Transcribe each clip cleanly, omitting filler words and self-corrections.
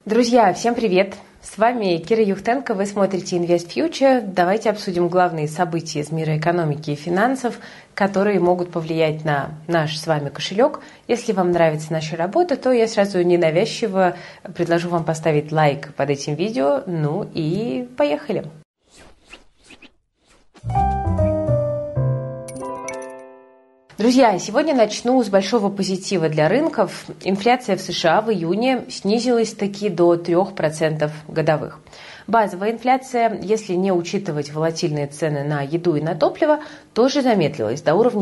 Друзья, всем привет! С вами Кира Юхтенко, вы смотрите Invest Future. Давайте обсудим главные события из мира экономики и финансов, которые могут повлиять на наш с вами кошелек. Если вам нравится наша работа, то я сразу ненавязчиво предложу вам поставить лайк под этим видео. Ну и поехали! Друзья, сегодня начну с большого позитива для рынков. Инфляция в США в июне снизилась таки до 3% годовых. Базовая инфляция, если не учитывать волатильные цены на еду и на топливо, тоже замедлилась до уровня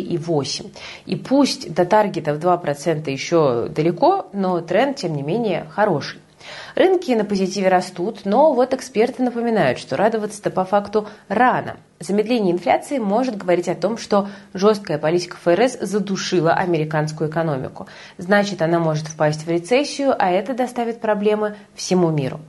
4,8%. И пусть до таргета в 2% еще далеко, но тренд, тем не менее, хороший. Рынки на позитиве растут, но вот эксперты напоминают, что радоваться-то по факту рано. Замедление инфляции может говорить о том, что жесткая политика ФРС задушила американскую экономику. Значит, она может впасть в рецессию, а это доставит проблемы всему миру.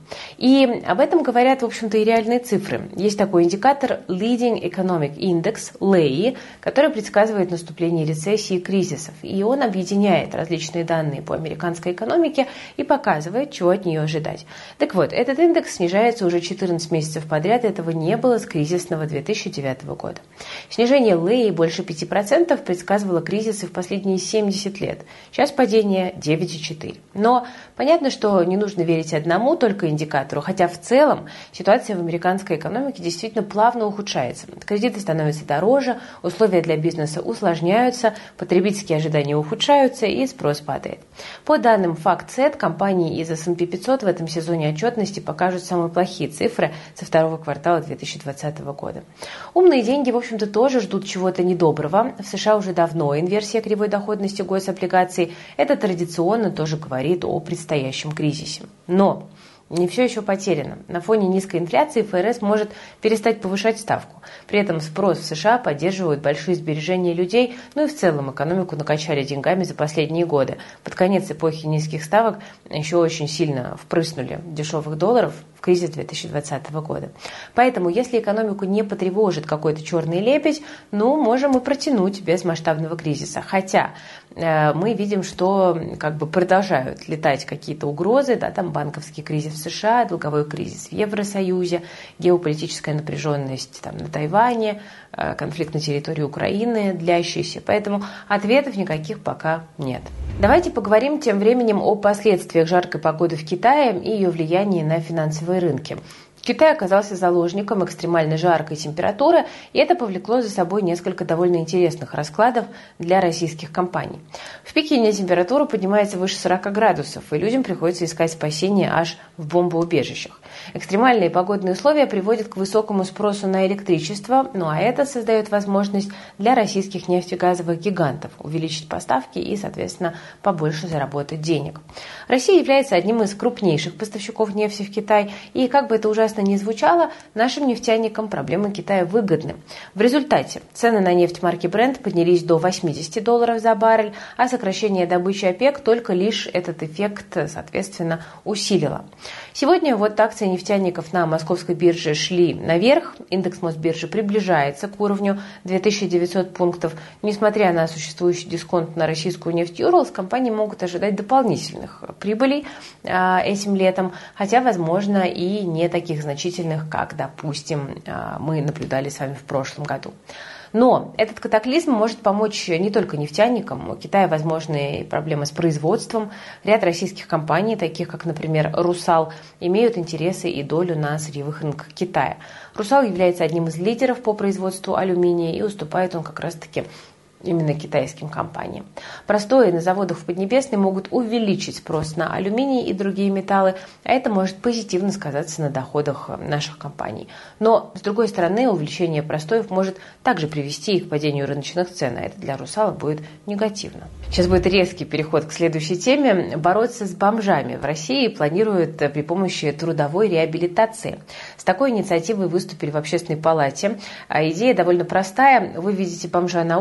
И об этом говорят, в общем-то, и реальные цифры. Есть такой индикатор Leading Economic Index, LEI, который предсказывает наступление рецессии и кризисов. И он объединяет различные данные по американской экономике и показывает, чего от нее ожидать. Так вот, этот индекс снижается уже 14 месяцев подряд, этого не было с кризисного 2009 года. Снижение LEI больше 5% предсказывало кризисы в последние 70 лет. Сейчас падение 9,4%. Но понятно, что не нужно верить одному только индикатору, хотя в целом ситуация в американской экономике действительно плавно ухудшается. Кредиты становятся дороже, условия для бизнеса усложняются, потребительские ожидания ухудшаются и спрос падает. По данным FactSet, компании из S&P 500 в этом сезоне отчетности покажут самые плохие цифры со второго квартала 2020 года. Умные деньги, в общем-то, тоже ждут чего-то недоброго. В США уже давно инверсия кривой доходности гособлигаций. Это традиционно тоже говорит о предстоящем кризисе. Но не все еще потеряно. На фоне низкой инфляции ФРС может перестать повышать ставку. При этом спрос в США поддерживают большие сбережения людей, ну и в целом экономику накачали деньгами за последние годы. Под конец эпохи низких ставок еще очень сильно впрыснули дешевых долларов в кризис 2020 года. Поэтому, если экономику не потревожит какой-то черный лебедь, можем и протянуть без масштабного кризиса. Хотя мы видим, что продолжают летать какие-то угрозы, там банковский кризис в США, долговой кризис в Евросоюзе, геополитическая напряженность на Тайване, конфликт на территории Украины длящийся. Поэтому ответов никаких пока нет. Давайте поговорим тем временем о последствиях жаркой погоды в Китае и ее влиянии на финансовые рынки. Китай оказался заложником экстремально жаркой температуры, и это повлекло за собой несколько довольно интересных раскладов для российских компаний. В Пекине температура поднимается выше 40 градусов, и людям приходится искать спасение аж в бомбоубежищах. Экстремальные погодные условия приводят к высокому спросу на электричество, а это создает возможность для российских нефтегазовых гигантов увеличить поставки и, соответственно, побольше заработать денег. Россия является одним из крупнейших поставщиков нефти в Китай, и как бы это ужасно ни звучало, нашим нефтяникам проблемы Китая выгодны. В результате цены на нефть марки Brent поднялись до $80 за баррель, а сокращение добычи ОПЕК только лишь этот эффект, соответственно, усилило. Сегодня акции нефтяников на московской бирже шли наверх, индекс Мосбиржи приближается к уровню 2900 пунктов. Несмотря на существующий дисконт на российскую нефть Urals, компании могут ожидать дополнительных прибылей этим летом, хотя, возможно, и не таких значительных, как, допустим, мы наблюдали с вами в прошлом году. Но этот катаклизм может помочь не только нефтяникам. У Китая возможны проблемы с производством. Ряд российских компаний, таких как, например, «Русал», имеют интересы и долю на сырьевых рынках Китая. «Русал» является одним из лидеров по производству алюминия, и уступает он как раз-таки именно китайским компаниям. Простои на заводах в Поднебесной могут увеличить спрос на алюминий и другие металлы, а это может позитивно сказаться на доходах наших компаний. Но, с другой стороны, увеличение простоев может также привести и к падению рыночных цен, а это для «Русала» будет негативно. Сейчас будет резкий переход к следующей теме. Бороться с бомжами в России планируют при помощи трудовой реабилитации. С такой инициативой выступили в Общественной палате. Идея довольно простая. Вы видите бомжа на улице, вы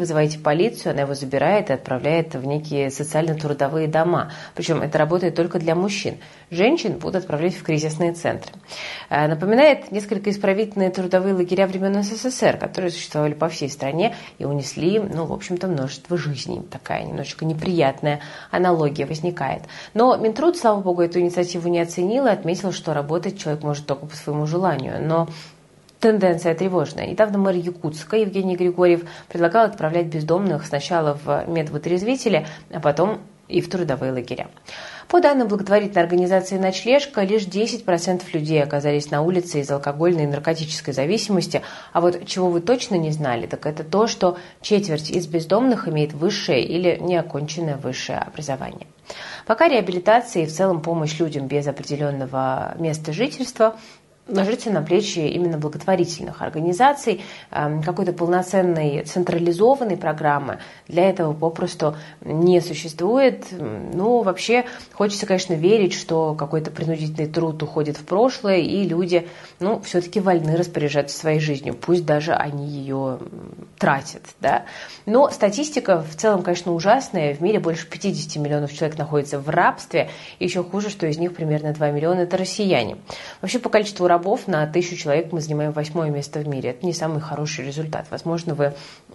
вызываете полицию, она его забирает и отправляет в некие социально-трудовые дома. Причем это работает только для мужчин. Женщин будут отправлять в кризисные центры. Напоминает несколько исправительные трудовые лагеря времен СССР, которые существовали по всей стране и унесли, в общем-то, множество жизней. Такая немножечко неприятная аналогия возникает. Но Минтруд, слава богу, эту инициативу не оценил и отметил, что работать человек может только по своему желанию. Но тенденция тревожная. Недавно мэр Якутска Евгений Григорьев предлагал отправлять бездомных сначала в медвытрезвители, а потом и в трудовые лагеря. По данным благотворительной организации «Ночлежка», лишь 10% людей оказались на улице из алкогольной и наркотической зависимости. А вот чего вы точно не знали, так это то, что четверть из бездомных имеет высшее или неоконченное высшее образование. Пока реабилитация и в целом помощь людям без определенного места жительства ложится на плечи именно благотворительных организаций, какой-то полноценной централизованной программы для этого попросту не существует. Вообще хочется, конечно, верить, что какой-то принудительный труд уходит в прошлое, и люди, все-таки вольны распоряжаться своей жизнью, пусть даже они ее тратят, да. Но статистика в целом, конечно, ужасная. В мире больше 50 миллионов человек находятся в рабстве, и еще хуже, что из них примерно 2 миллиона – это россияне. Вообще, по количеству рабов на 1000 человек мы занимаем 8-е место в мире. Это не самый хороший результат. Возможно, вы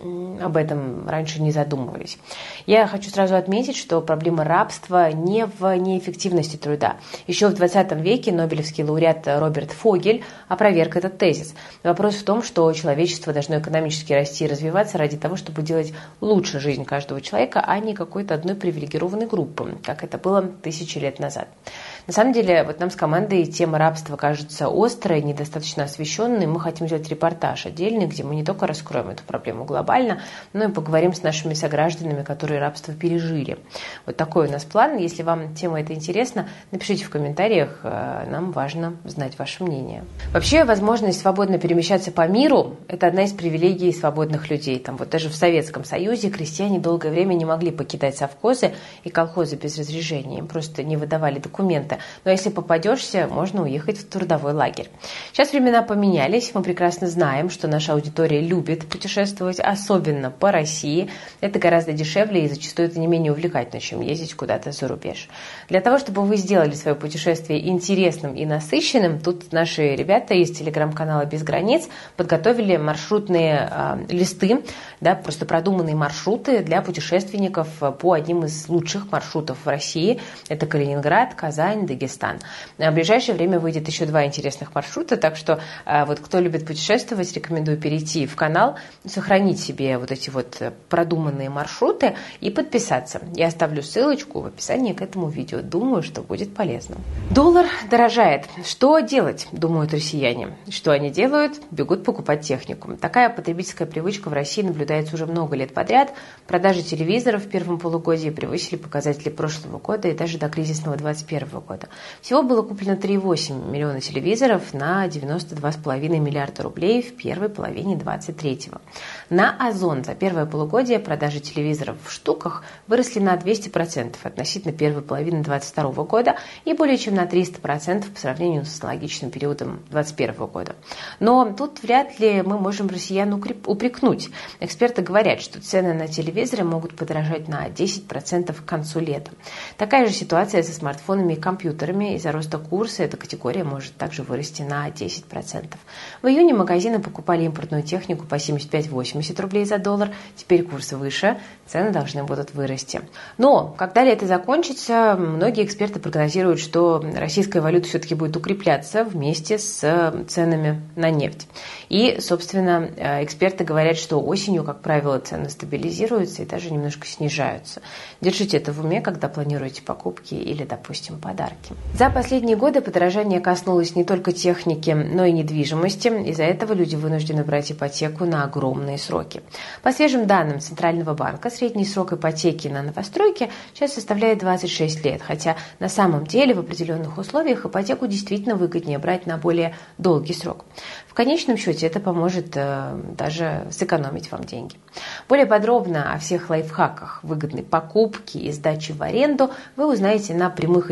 об этом раньше не задумывались. Я хочу сразу отметить, что проблема рабства не в неэффективности труда. Еще в 20 веке нобелевский лауреат Роберт Фогель опроверг этот тезис. Вопрос в том, что человечество должно экономически расти и развиваться ради того, чтобы делать лучше жизнь каждого человека, а не какой-то одной привилегированной группы, как это было 1000 лет назад. На самом деле, нам с командой тема рабства кажется острой, недостаточно освещенной. Мы хотим сделать репортаж отдельный, где мы не только раскроем эту проблему глобально, но и поговорим с нашими согражданами, которые рабство пережили. Вот такой у нас план. Если вам тема эта интересна, напишите в комментариях. Нам важно знать ваше мнение. Вообще, возможность свободно перемещаться по миру – это одна из привилегий свободных людей. Даже в Советском Союзе крестьяне долгое время не могли покидать совхозы и колхозы без разрешения. Им просто не выдавали документы. Но если попадешься, можно уехать в трудовой лагерь. Сейчас времена поменялись. Мы прекрасно знаем, что наша аудитория любит путешествовать, особенно по России. Это гораздо дешевле и зачастую это не менее увлекательно, чем ездить куда-то за рубеж. Для того, чтобы вы сделали свое путешествие интересным и насыщенным, тут наши ребята из телеграм-канала «Без границ» подготовили маршрутные листы, просто продуманные маршруты для путешественников по одним из лучших маршрутов в России. Это Калининград, Казань, Дагестан. В ближайшее время выйдет еще 2 интересных маршрута, так что кто любит путешествовать, рекомендую перейти в канал, сохранить себе эти продуманные маршруты и подписаться. Я оставлю ссылочку в описании к этому видео. Думаю, что будет полезно. Доллар дорожает. Что делать, думают россияне? Что они делают? Бегут покупать технику. Такая потребительская привычка в России наблюдается уже много лет подряд. Продажи телевизоров в первом полугодии превысили показатели прошлого года и даже до кризисного 2021 года. Всего было куплено 3,8 миллиона телевизоров на 92,5 миллиарда рублей в первой половине 2023. На Озон за первое полугодие продажи телевизоров в штуках выросли на 200% относительно первой половины 2022 года и более чем на 300% по сравнению с аналогичным периодом 2021 года. Но тут вряд ли мы можем россиян упрекнуть. Эксперты говорят, что цены на телевизоры могут подорожать на 10% к концу лета. Такая же ситуация со смартфонами и компьютерами. Из-за роста курса эта категория может также вырасти на 10%. В июне магазины покупали импортную технику по 75-80 рублей за доллар. Теперь курс выше, цены должны будут вырасти. Но когда лето закончится, многие эксперты прогнозируют, что российская валюта все-таки будет укрепляться вместе с ценами на нефть. И, собственно, эксперты говорят, что осенью, как правило, цены стабилизируются и даже немножко снижаются. Держите это в уме, когда планируете покупки или, допустим, подарки. За последние годы подорожание коснулось не только техники, но и недвижимости. Из-за этого люди вынуждены брать ипотеку на огромные сроки. По свежим данным Центрального банка, средний срок ипотеки на новостройки сейчас составляет 26 лет, хотя на самом деле в определенных условиях ипотеку действительно выгоднее брать на более долгий срок. В конечном счете это поможет даже сэкономить вам деньги. Более подробно о всех лайфхаках выгодной покупки и сдачи в аренду вы узнаете на прямых эфирах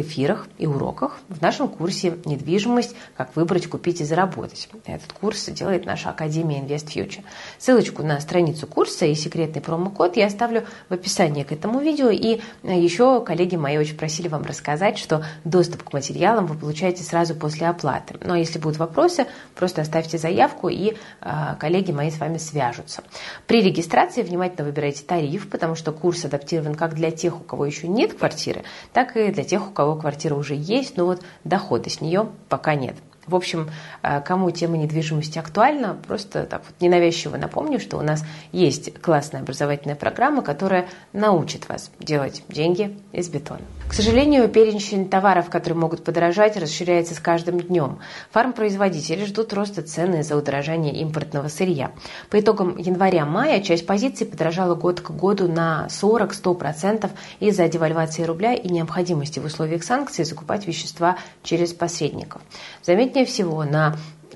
и уроках в нашем курсе «Недвижимость. Как выбрать, купить и заработать». Этот курс делает наша Академия InvestFuture. Ссылочку на страницу курса и секретный промокод я оставлю в описании к этому видео. И еще коллеги мои очень просили вам рассказать, что доступ к материалам вы получаете сразу после оплаты. Ну а если будут вопросы, просто оставьте заявку, и коллеги мои с вами свяжутся. При регистрации внимательно выбирайте тариф, потому что курс адаптирован как для тех, у кого еще нет квартиры, так и для тех, у кого квартира уже есть, но вот дохода с нее пока нет. В общем, кому тема недвижимости актуальна, просто так вот ненавязчиво напомню, что у нас есть классная образовательная программа, которая научит вас делать деньги из бетона. К сожалению, перечень товаров, которые могут подорожать, расширяется с каждым днем. Фармпроизводители ждут роста цен из-за удорожания импортного сырья. По итогам января-мая часть позиций подорожала год к году на 40-100% из-за девальвации рубля и необходимости в условиях санкций закупать вещества через посредников. Заметнее всего, на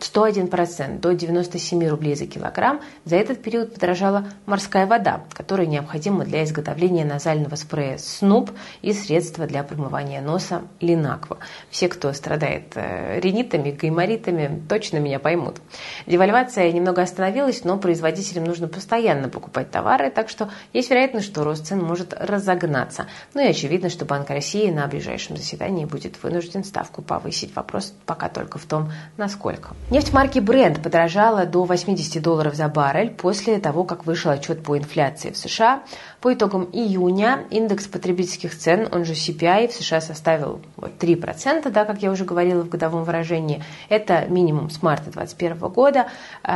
101% до 97 рублей за килограмм за этот период подорожала морская вода, которая необходима для изготовления назального спрея «Снуп» и средства для промывания носа «Линаква». Все, кто страдает ринитами, гайморитами, точно меня поймут. Девальвация немного остановилась, но производителям нужно постоянно покупать товары, так что есть вероятность, что рост цен может разогнаться. Ну и очевидно, что Банк России на ближайшем заседании будет вынужден ставку повысить. Вопрос пока только в том, насколько. Нефть марки Brent подорожала до $80 за баррель после того, как вышел отчет по инфляции в США. По итогам июня индекс потребительских цен, он же CPI, в США составил 3%, да, как я уже говорила в годовом выражении. Это минимум с марта 2021 года,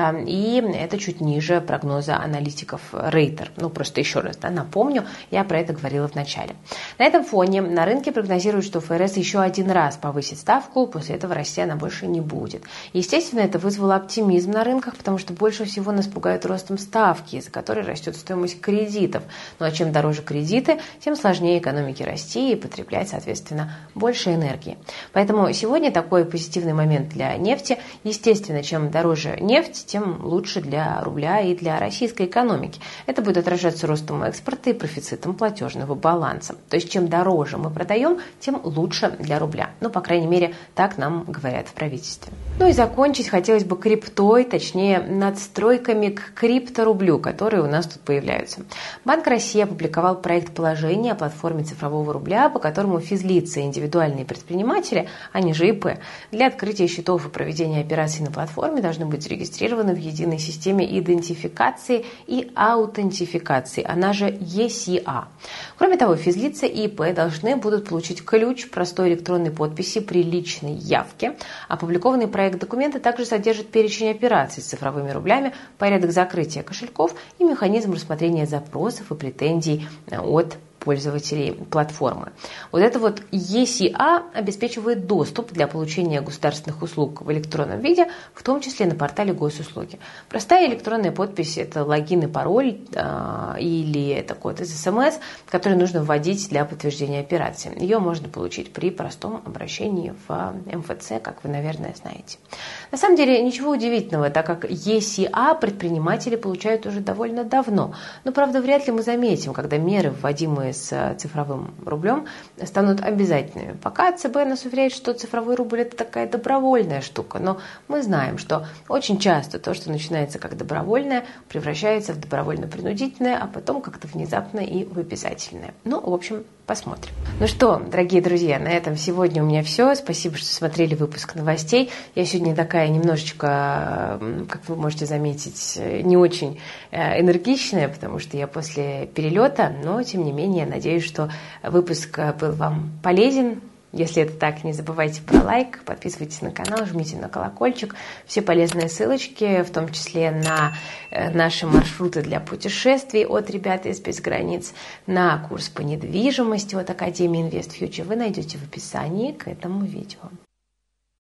и это чуть ниже прогноза аналитиков Рейтер. Ну, просто еще раз напомню, я про это говорила в начале. На этом фоне на рынке прогнозируют, что ФРС еще один раз повысит ставку, после этого расти она больше не будет. Естественно, это вызвало оптимизм на рынках, потому что больше всего нас пугают ростом ставки, из-за которой растет стоимость кредитов. Ну а чем дороже кредиты, тем сложнее экономике расти и потреблять, соответственно, больше энергии. Поэтому сегодня такой позитивный момент для нефти. Естественно, чем дороже нефть, тем лучше для рубля и для российской экономики. Это будет отражаться ростом экспорта и профицитом платежного баланса. То есть, чем дороже мы продаем, тем лучше для рубля. Ну, по крайней мере, так нам говорят в правительстве. Ну и закончить хотелось бы криптой, точнее, надстройками к крипторублю, которые у нас тут появляются. Банк России опубликовал проект положения о платформе цифрового рубля, по которому физлицы и индивидуальные предприниматели, они же ИП, для открытия счетов и проведения операций на платформе должны быть зарегистрированы в единой системе идентификации и аутентификации, она же ЕСИА. Кроме того, физлицы и ИП должны будут получить ключ простой электронной подписи при личной явке. Опубликованный проект документа также содержит перечень операций с цифровыми рублями, порядок закрытия кошельков и механизм рассмотрения запросов и претензий от пользователей платформы. Вот это вот ЕСИА обеспечивает доступ для получения государственных услуг в электронном виде, в том числе на портале госуслуги. Простая электронная подпись – это логин и пароль или это код из СМС, который нужно вводить для подтверждения операции. Ее можно получить при простом обращении в МФЦ, как вы, наверное, знаете. На самом деле ничего удивительного, так как ЕСИА предприниматели получают уже довольно давно. Но, правда, вряд ли мы заметим, когда меры, вводимые с цифровым рублем, станут обязательными. Пока ЦБ нас уверяет, что цифровой рубль – это такая добровольная штука, но мы знаем, что очень часто то, что начинается как добровольное, превращается в добровольно-принудительное, а потом как-то внезапно и в обязательное. Ну, в общем, посмотрим. Ну что, дорогие друзья, на этом сегодня у меня все. Спасибо, что смотрели выпуск новостей. Я сегодня такая немножечко, как вы можете заметить, не очень энергичная, потому что я после перелета, но тем не менее надеюсь, что выпуск был вам полезен. Если это так, не забывайте про лайк, подписывайтесь на канал, жмите на колокольчик. Все полезные ссылочки, в том числе на наши маршруты для путешествий от ребят из «Без границ», на курс по недвижимости от Академии InvestFuture, вы найдете в описании к этому видео.